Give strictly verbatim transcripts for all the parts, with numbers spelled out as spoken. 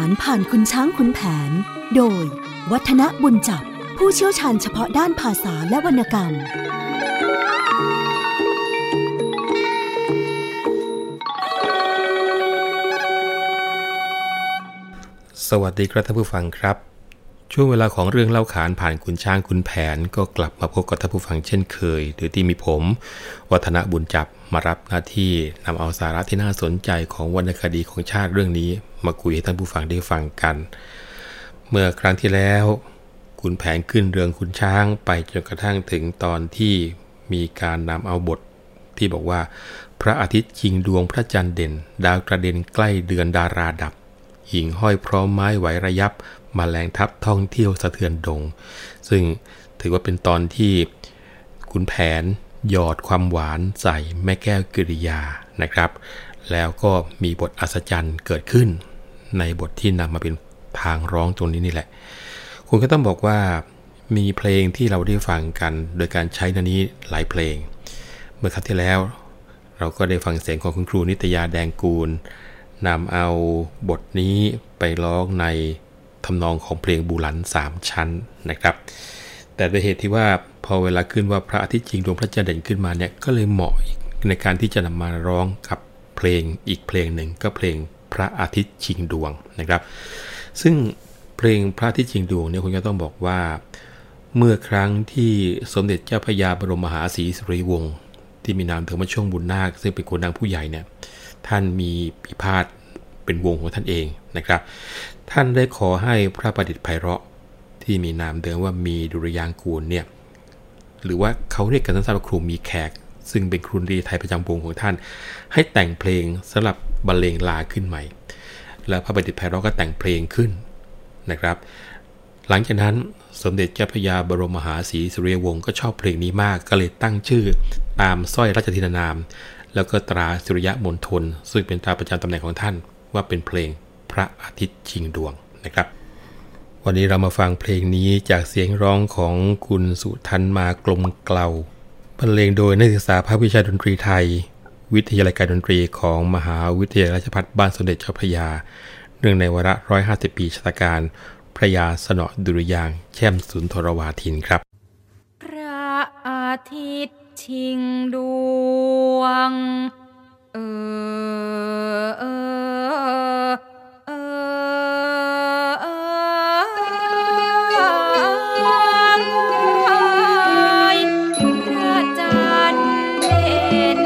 านผ่านคุณช้างขุนแผนโดยวัฒนบุญจับผู้เชี่ยวชาญเฉพาะด้านภาษาและวรรณกรรมสวัสดีครับท่านผู้ฟังครับช่วงเวลาของเรื่องเล่าขานผ่านคุณช้างคุณแผนก็กลับมาพบกับท่านผู้ฟังเช่นเคยโดยที่มีผมวัฒนบุญจับมารับหน้าที่นำเอาสาระที่น่าสนใจของวรรณคดีของชาติเรื่องนี้มาคุยให้ท่านผู้ฟังได้ฟังกันเมื่อครั้งที่แล้วคุณแผนขึ้นเรื่องคุณช้างไปจนกระทั่งถึงตอนที่มีการนำเอาบทที่บอกว่าพระอาทิตย์ชิงดวงพระจันทร์เด่นดาวกระเด็นใกล้เดือนดาราดับหิ่งห้อยพร้อมไม้ไหวระยับมาแมลงทับท่องเที่ยวสะเทือนดงซึ่งถือว่าเป็นตอนที่ขุนแผนหยอดความหวานใส่แม่แก้วกิริยานะครับแล้วก็มีบทอัศจรรย์เกิดขึ้นในบทที่นำมาเป็นทางร้องตรงนี้นี่แหละคุณก็ต้องบอกว่ามีเพลงที่เราได้ฟังกันโดยการใช้ในนี้หลายเพลงเมื่อครั้งที่แล้วเราก็ได้ฟังเสียงของคุณครูนิตยาแดงกูลนำเอาบทนี้ไปร้องในทำนองของเพลงบูหลันสามชั้นนะครับแต่ด้วยเหตุที่ว่าพอเวลาขึ้นว่าพระอาทิตย์ชิงดวงพระจันทร์เด่นขึ้นมาเนี่ยก็เลยเหมาะในการที่จะนำมาร้องกับเพลงอีกเพลงหนึ่งก็เพลงพระอาทิตย์ชิงดวงนะครับซึ่งเพลงพระอาทิตย์ชิงดวงเนี่ยคุณก็ต้องบอกว่าเมื่อครั้งที่สมเด็จเจ้าพระยาบรมมหาศรีสุริวงศ์ที่มีนามเดิมว่าช่วงบุญนาคซึ่งเป็นโกนางผู้ใหญ่เนี่ยท่านมีพิพาทเป็นวงของท่านเองนะครับท่านได้ขอให้พระประดิษฐ์ไพเราะที่มีนามเดิมว่ามีดุริยางกูลเนี่ยหรือว่าเขาเรียกกันสั้นๆว่าครูมีแขกซึ่งเป็นครูดนตรีไทยประจำวงของท่านให้แต่งเพลงสำหรับบรรเลงลาขึ้นใหม่แล้วพระประดิษฐ์ไพเราะก็แต่งเพลงขึ้นนะครับหลังจากนั้นสมเด็จเจ้าพระยาบรมมหาศรีสุริยวงศ์ก็ชอบเพลงนี้มากก็เลยตั้งชื่อตามสร้อยราชธินนามแล้วก็ตราสุริยะมณฑลซึ่งเป็นตราประจำตำแหน่งของท่านว่าเป็นเพลงพระอาทิตย์ชิงดวงนะครับวันนี้เรามาฟังเพลงนี้จากเสียงร้องของคุณสุทันมากลมเกลาบรรเลงโดยนักศึกษาภาควิชาดนตรีไทยวิทยาลัยการดนตรีของมหาวิทยาลัยราชภัฏบ้านสมเด็จเจ้าพระยาเนื่องในวาระหนึ่งร้อยห้าสิบปีชาตการพระยาสนอดุริยางค์แช่มสุนทรวาทินครับพระอาทิตย์ชิงดวงเออเออเออเออพระจันทร์เด่น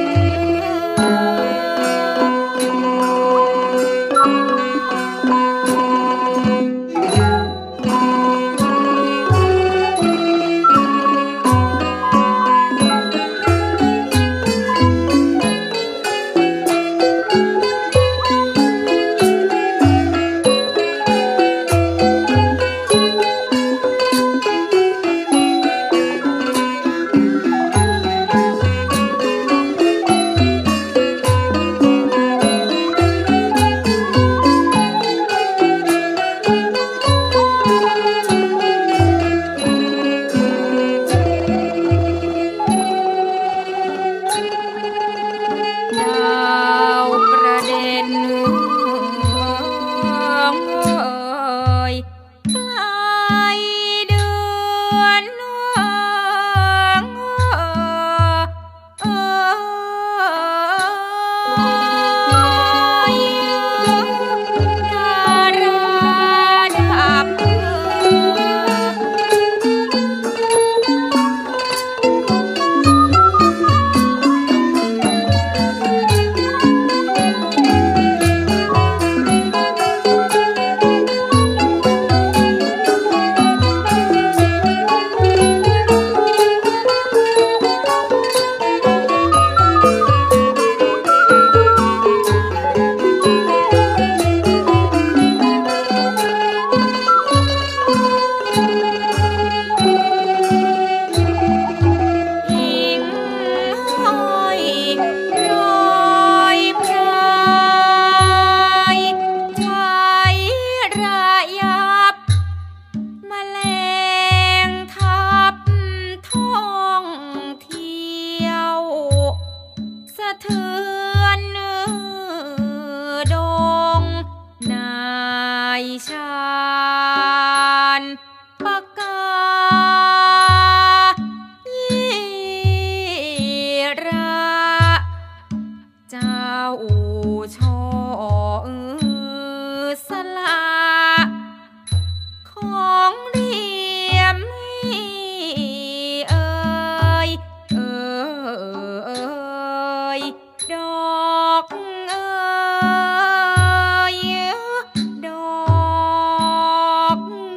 ชานปากกายี่ระเจ้าช่อสละของเรียมเอ่ยเอ่ยดอกเอ่ยดอก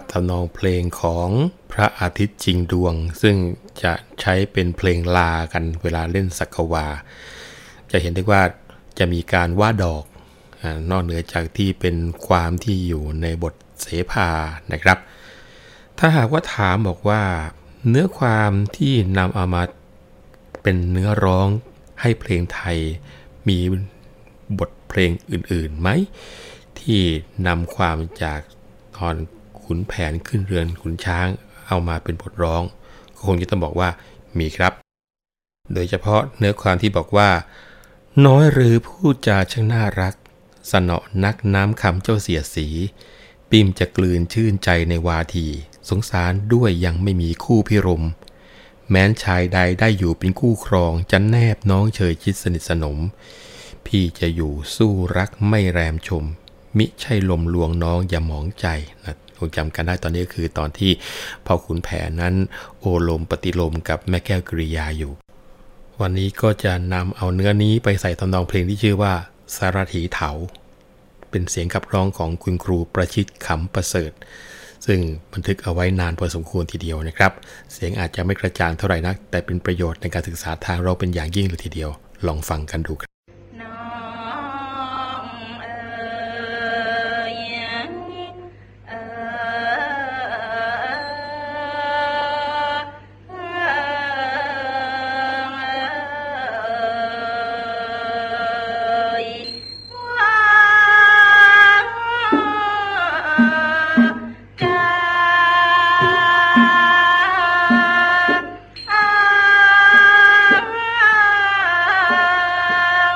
ทำนองเพลงของพระอาทิตย์จริงดวงซึ่งจะใช้เป็นเพลงลากันเวลาเล่นสักวาจะเห็นได้ว่าจะมีการว่าดอกนอกเหนือจากที่เป็นความที่อยู่ในบทเสภานะครับถ้าหากว่าถามบอกว่าเนื้อความที่นำเอามาเป็นเนื้อร้องให้เพลงไทยมีบทเพลงอื่นๆไหมที่นำความจากตอนขุนแผนขึ้นเรือนขุนช้างเอามาเป็นบทร้องก็คงจะต้องบอกว่ามีครับโดยเฉพาะเนื้อความที่บอกว่าน้อยหรือพูดจาช่างน่ารักสนอนักน้ำคำเจ้าเสียสีปิมจะกลืนชื่นใจในวาทีสงสารด้วยยังไม่มีคู่พิรมแม้นชายใดได้อยู่เป็นคู่ครองจะแนบน้องเชยชิดสนิทสนมพี่จะอยู่สู้รักไม่แรมชมมิใช่ลมลวงน้องอย่าหมองใจนะคงจำกันได้ตอนนี้ก็คือตอนที่พ่อขุนแผนนั้นโอโลมปฏิโลมกับแม่แก้วกริยาอยู่วันนี้ก็จะนำเอาเนื้อนี้ไปใส่ทำนองเพลงที่ชื่อว่าสารถีเถาเป็นเสียงขับร้องของคุณครูประชิตขำประเสริฐซึ่งบันทึกเอาไว้นานพอสมควรทีเดียวนะครับเสียงอาจจะไม่กระจ่างเท่าไหร่นักแต่เป็นประโยชน์ในการศึกษาทางเราเป็นอย่างยิ่งเลยทีเดียวลองฟังกันดูครับ Ah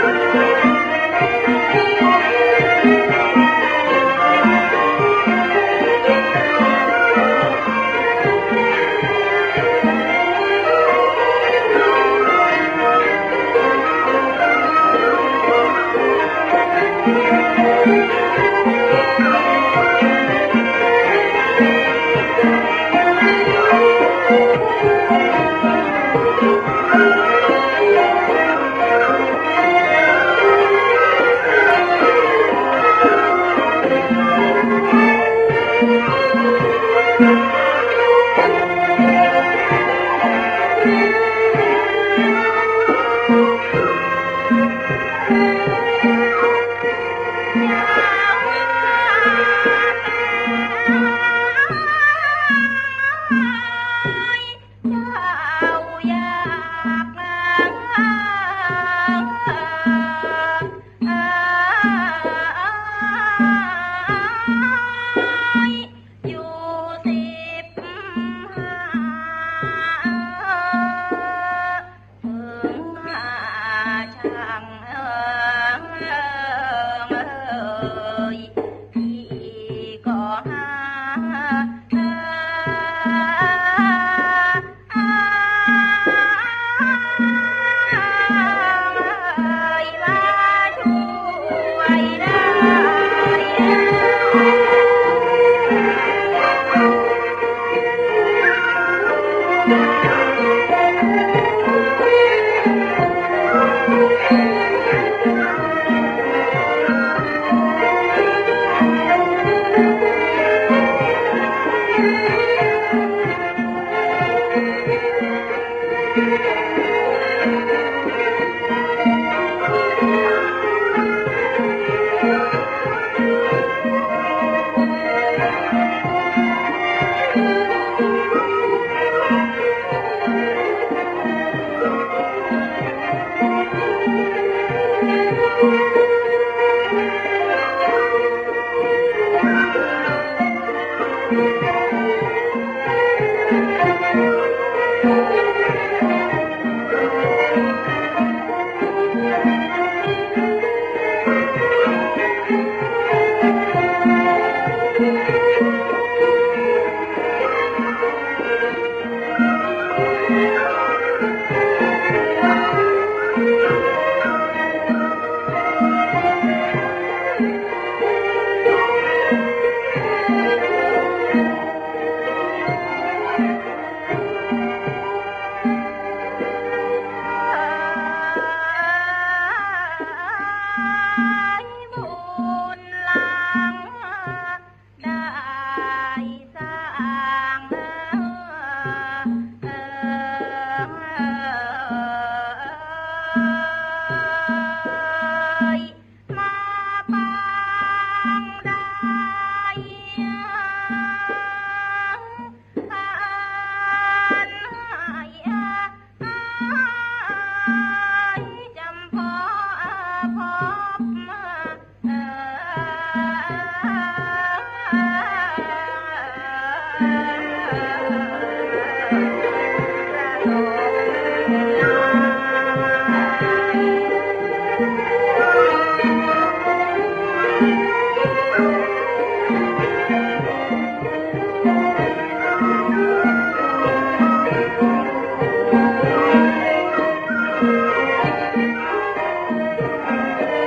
เ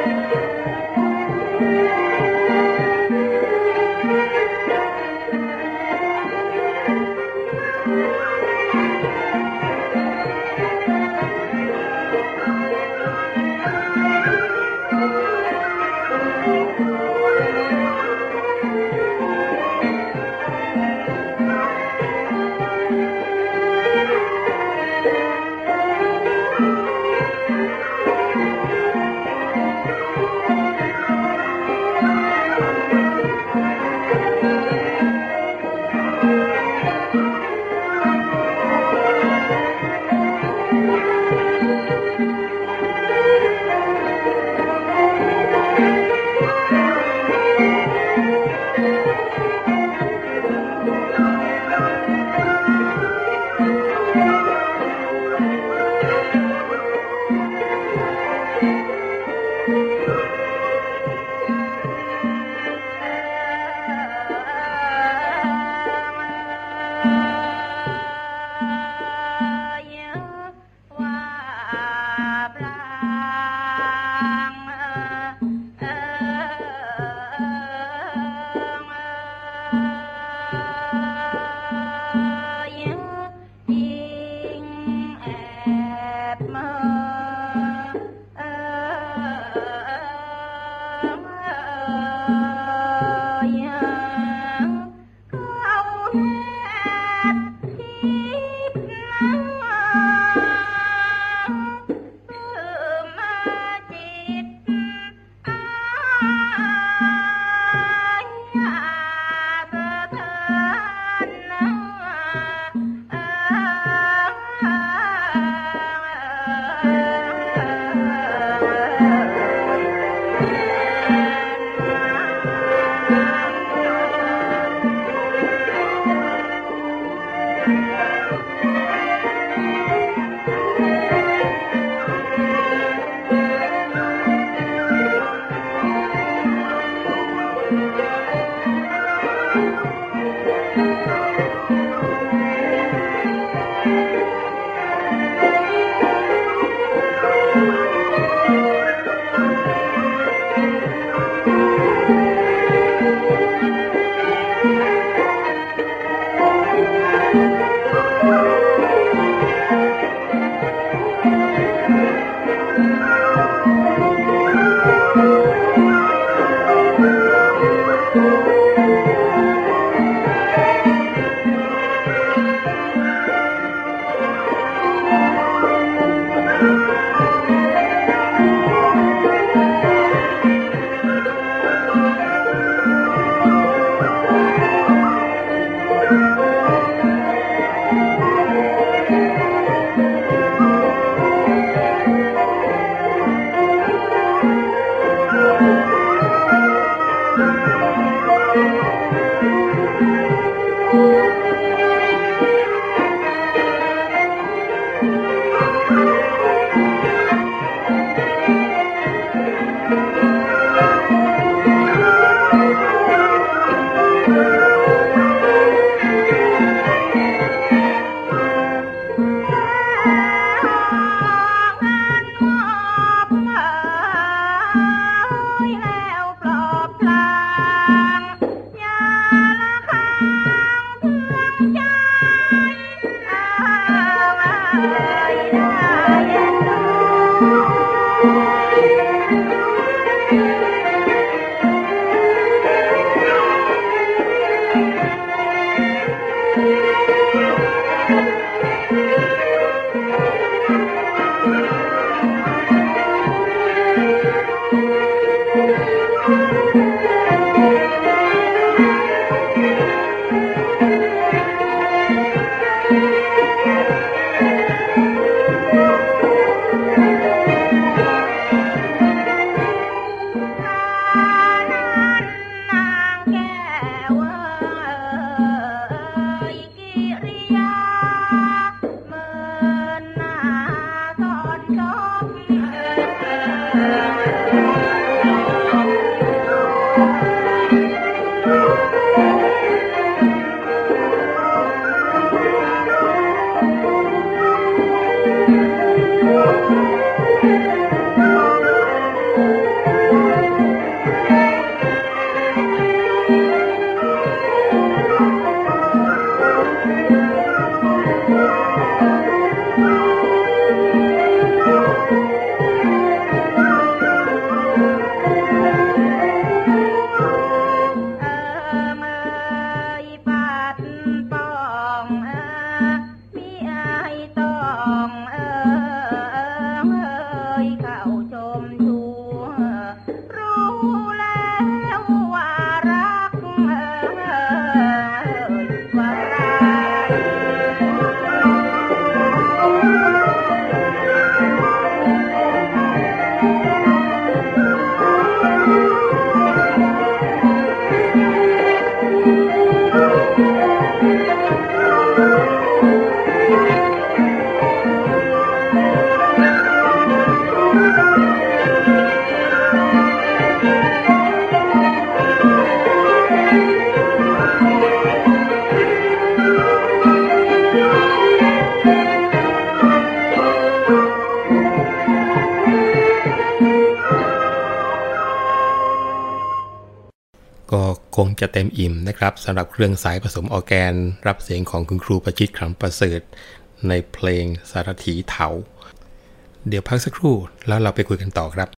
ก็คงจะเต็มอิ่มนะครับสำหรับเครื่องสายผสมออร์แกนรับเสียงของคุณครูประชิตขำประเสริฐในเพลงสารถีเถาเดี๋ยวพักสักครู่แล้วเราไปคุยกันต่อครับ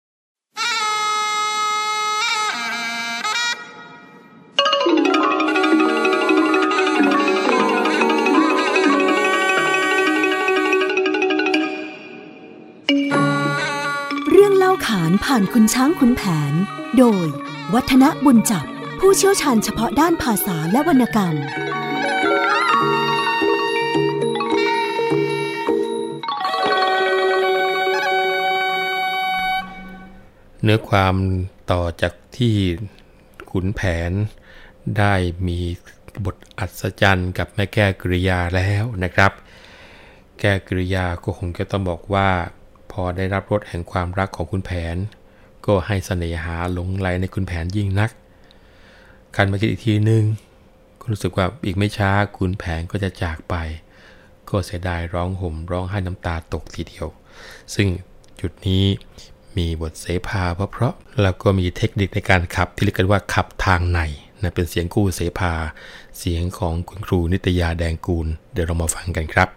เรื่องเล่าขานผ่านคุณช้างคุณแผนโดยวัฒนบุญจับผู้เชี่ยวชาญเฉพาะด้านภาษาและวรรณกรรมเนื้อความต่อจากที่ขุนแผนได้มีบทอัศจรรย์กับแม่แก้วกริยาแล้วนะครับแก้วกริยาก็คงจะต้องบอกว่าพอได้รับรสแห่งความรักของขุนแผนก็ให้เสน่หาหลงไหลในขุนแผนยิ่งนักคันมาคิดอีกทีนึงก็รู้สึกว่าอีกไม่ช้าขุนแผนก็จะจากไปก็เสียดายร้องห่มร้องไห้น้ำตาตกทีเดียวซึ่งจุดนี้มีบทเสภาเพราะๆแล้วก็มีเทคนิคในการขับที่เรียกกันว่าขับทางในนะเป็นเสียงกู้เสภาเสียงของคุณครูนิตยาแดงกูลเดี๋ยวเรามาฟังกันครับ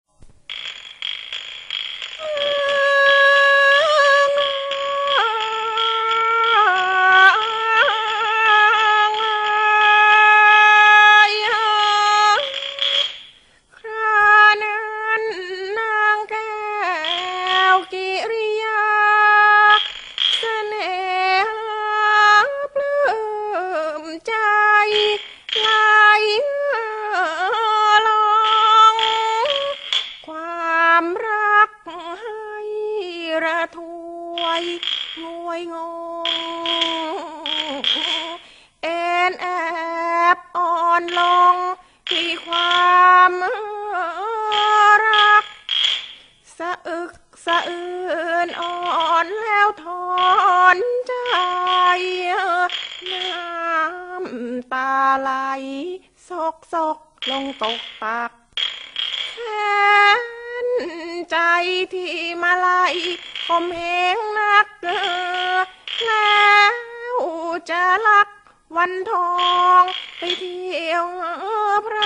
ลงตกตักแค้นใจที่มาไล่ข่มเหงนักแล้วจะลักวันทองไปเที่ยวไพร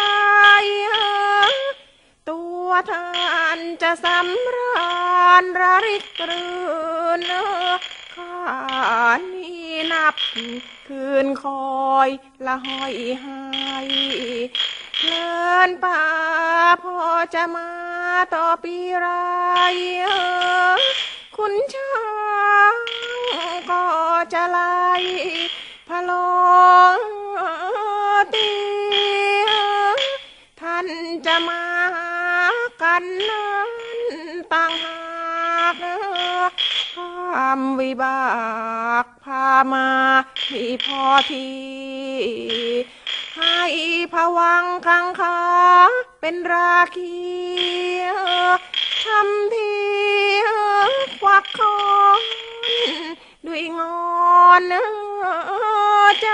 ตัวท่านจะสำราญระริกรื่นข้านี่นับคืนคอยละห้อยหายเพลินป่าพอจะมาต่อปีไรคุณช้างก็จะไล่พะโลตีท่านจะมากันนั้นต่างหากความวิบากพามาที่พอทีให้ผวังคังคาเป็นราคีทำทีควักคอนวิงอนใจ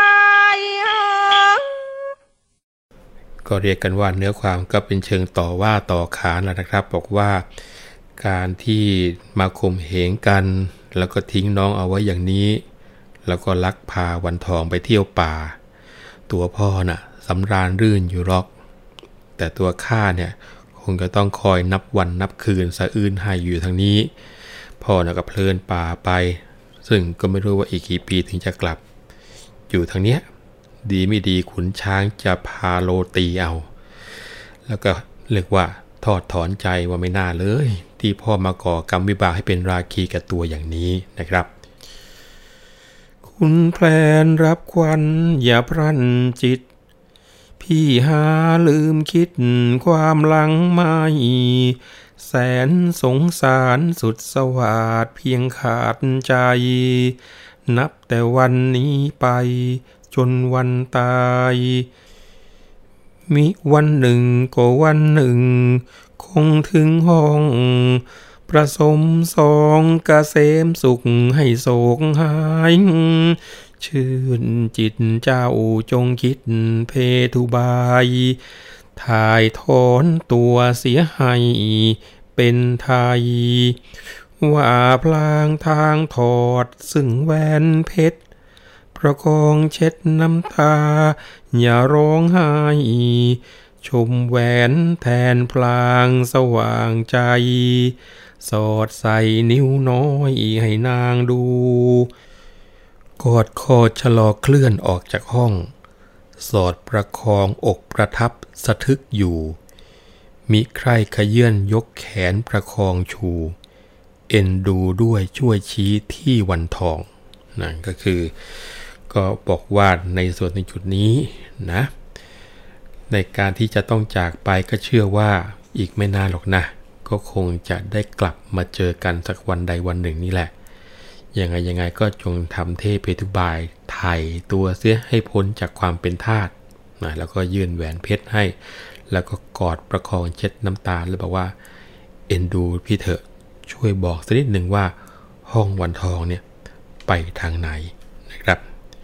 ก็เรียกกันว่าเนื้อความก็เป็นเชิงต่อว่าต่อขานแล้วนะครับบอกว่าการที่มาข่มเหงกันแล้วก็ทิ้งน้องเอาไว้อย่างนี้แล้วก็ลักพาวันทองไปเที่ยวป่าตัวพ่อน่ะสำราญรื่นอยู่หรอกแต่ตัวข้าเนี่ยคงจะต้องคอยนับวันนับคืนสะอื้นให้อยู่ทางนี้พ่อน่ะก็เพลินป่าไปซึ่งก็ไม่รู้ว่าอีกกี่ปีถึงจะกลับอยู่ทางเนี้ยดีไม่ดีขุนช้างจะพาโลตีเอาแล้วก็เรียกว่าทอดถอนใจว่าไม่น่าเลยที่พ่อมาก่อกรรมวิบากให้เป็นราคีกับตัวอย่างนี้นะครับคุณแพลนรับควันอย่าพรั่นจิตพี่หาลืมคิดความหลังไม่แสนสงสารสุดสวาดเพียงขาดใจนับแต่วันนี้ไปจนวันตายมิวันหนึ่งก็วันหนึ่งคงถึงห้องประสมสองกเกษมสุขให้โศกหายชื่นจิตเจ้าจงคิดเพทุบายถ่ายถอนตัวเสียให้เป็นไทยว่าพลางทางถอดซึ่งแหวนเพชรประคองเช็ดน้ำตาอย่าร้องไห้ชมแหวนแทนพลางสว่างใจสอดใส่นิ้วน้อยให้นางดูกอดคอชะลอเคลื่อนออกจากห้องสอดประคองอกประทับสะทึกอยู่มิใคร่ขยื่นยกแขนประคองชูเอ็นดูด้วยช่วยชี้ที่วันทองนั่นก็คือก็บอกว่าในส่วนในจุดนี้นะในการที่จะต้องจากไปก็เชื่อว่าอีกไม่นานหรอกนะก็คงจะได้กลับมาเจอกันสักวันใดวันหนึ่งนี่แหละยังไงยังไงก็จงทำเทพเพทุบายไถ่ตัวเสียให้พ้นจากความเป็นทาสนะแล้วก็ยื่นแหวนเพชรให้แล้วก็กอดประคองเช็ดน้ำตาแล้วบอกว่าเอ็นดูพี่เถอะช่วยบอกสักนิดหนึ่งว่าห้องวันทองเนี่ยไปทางไหนนะครับ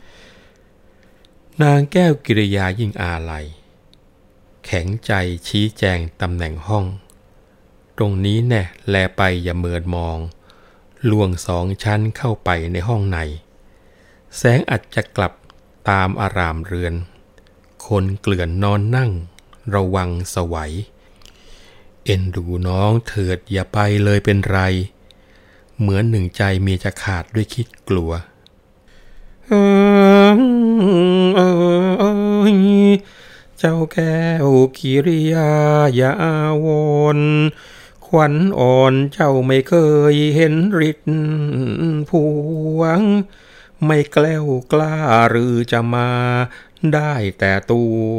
นางแก้วกิริยายิ่งอาลัยแข็งใจชี้แจงตำแหน่งห้องตรงนี้แน่แลไปอย่าเมินมองล่วงสองชั้นเข้าไปในห้องในแสงอาจจะกลับตามอารามเรือนคนเกลื่อนนอนนั่งระวังสวัยเอ็นดูน้องเถิดอย่าไปเลยเป็นไรเหมือนหนึ่งใจมีจะขาดด้วยคิดกลัวเออเออเออเจ้าแก้วกิริยาอย่าอาวรขวัญอ่อนเจ้าไม่เคยเห็นฤทธิ์พวงไม่แกล้วกล้าหรือจะมาได้แต่ตัว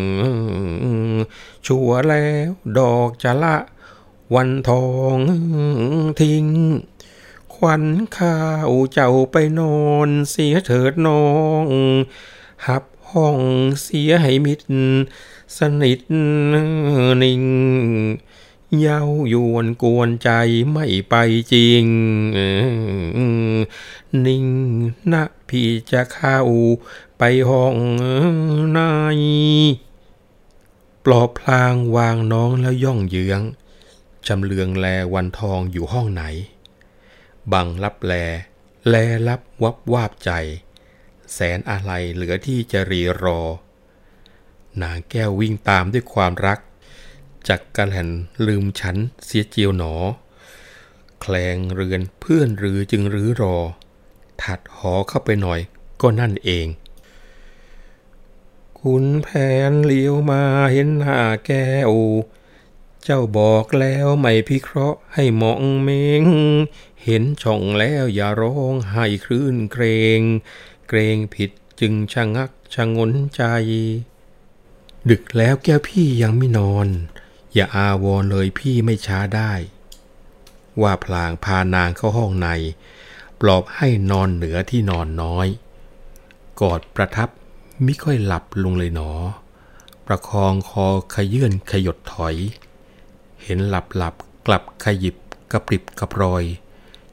ชัวแล้วดอกจะละวันทองทิ้งขวัญข้าวเจ้าไปนอนเสียเถิดน้องหับห้องเสียให้มิดสนิทนิ่งเย้ายวนกวนใจไม่ไปจริงนิ่งนะพี่จะเข้าไปห้องในปลอบพลางวางน้องแล้วย่องเยื้องจำเลืองแลวันทองอยู่ห้องไหนบังลับแลแลลับวับวาบใจแสนอะไรเหลือที่จะรีรอนางแก้ววิ่งตามด้วยความรักจักกะแหล่นลืมฉันเสียเจียวหนอแคลงเรือนเพื่อนหรือจึงรื้อรอถัดหอเข้าไปหน่อยก็นั่นเองคุณแผนเลี้ยวมาเห็นหน้าแก้วเจ้าบอกแล้วไม่พิเคราะห์ให้มองเมงเห็นช่องแล้วอย่าร้องให้คลื่นเกรงเกรงผิดจึงชะงักชะงนใจดึกแล้วแก้วพี่ยังไม่นอนอย่าอาวรเลยพี่ไม่ช้าได้ว่าพลางพานางเข้าห้องในปลอบให้นอนเหนือที่นอนน้อยกอดประทับมิค่อยหลับลงเลยหนอประคองคอขยื่นขยดถอยเห็นหลับหลับกลับขยิบกระปริบกระปรอย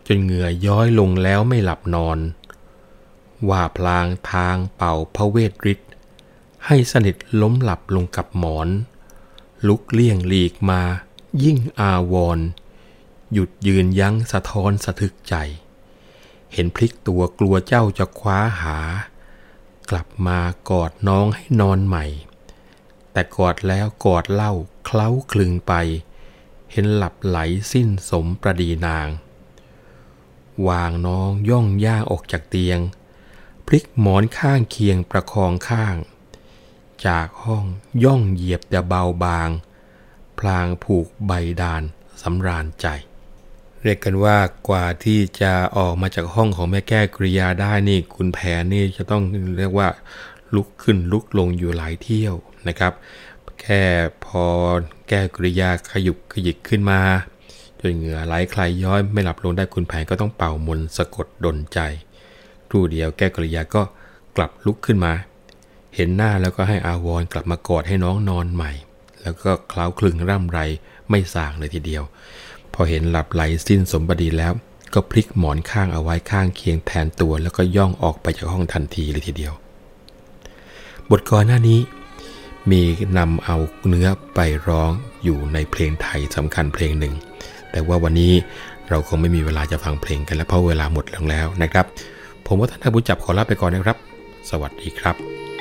จนเหงื่อย้อยลงแล้วไม่หลับนอนว่าพลางทางเป่าพระเวทฤทธิ์ให้สนิทล้มหลับลงกับหมอนลุกเลี่ยงหลีกมายิ่งอาวรณ์หยุดยืนยั้งสะท้อนสะทึกใจเห็นพลิกตัวกลัวเจ้าจะคว้าหากลับมากอดน้องให้นอนใหม่แต่กอดแล้วกอดเล่าเคล้าคลึงไปเห็นหลับไหลสิ้นสมประดีนางวางน้องย่องย่างออกจากเตียงพลิกหมอนข้างเคียงประคองข้างจากห้องย่องเหยียบแต่เบาบางพลางผูกใบดานสำราญใจเรียกกันว่ากว่าที่จะออกมาจากห้องของแม่แก้วกริยาได้นี่คุณแผนนี่จะต้องเรียกว่าลุกขึ้นลุกลงอยู่หลายเที่ยวนะครับแค่พอแก้วกริยาขยุกขยิกขึ้นมาจนเหงื่อไหลคลายย้อยไม่หลับลงได้คุณแผนก็ต้องเป่ามนต์สะกดดลใจครู่เดียวแก้วกริยาก็กลับลุกขึ้นมาเห็นหน้าแล้วก็ให้อาวรณ์กลับมากอดให้น้องนอนใหม่แล้วก็เคล้าคลึงร่ำไรไม่ส่างเลยทีเดียวพอเห็นหลับไหลสิ้นสมบดีแล้วก็พลิกหมอนข้างเอาไว้ข้างเคียงแทนตัวแล้วก็ย่องออกไปจากห้องทันทีเลยทีเดียวบทก่อนหน้านี้มีนำเอาเนื้อไปร้องอยู่ในเพลงไทยสำคัญเพลงหนึ่งแต่ว่าวันนี้เราคงไม่มีเวลาจะฟังเพลงกันแล้วเพราะเวลาหมดลงแล้วนะครับผมวัฒนบุญจับขอลาไปก่อนนะครับสวัสดีครับ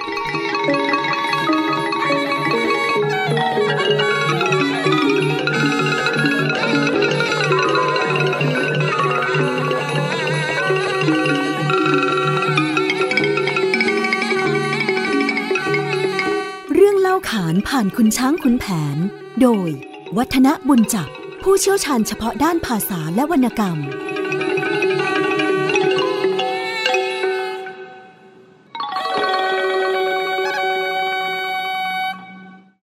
ขานผ่านคุณช้างคุณแผนโดยวัฒนบุญจับผู้เชี่ยวชาญเฉพาะด้านภาษาและวรรณกรรม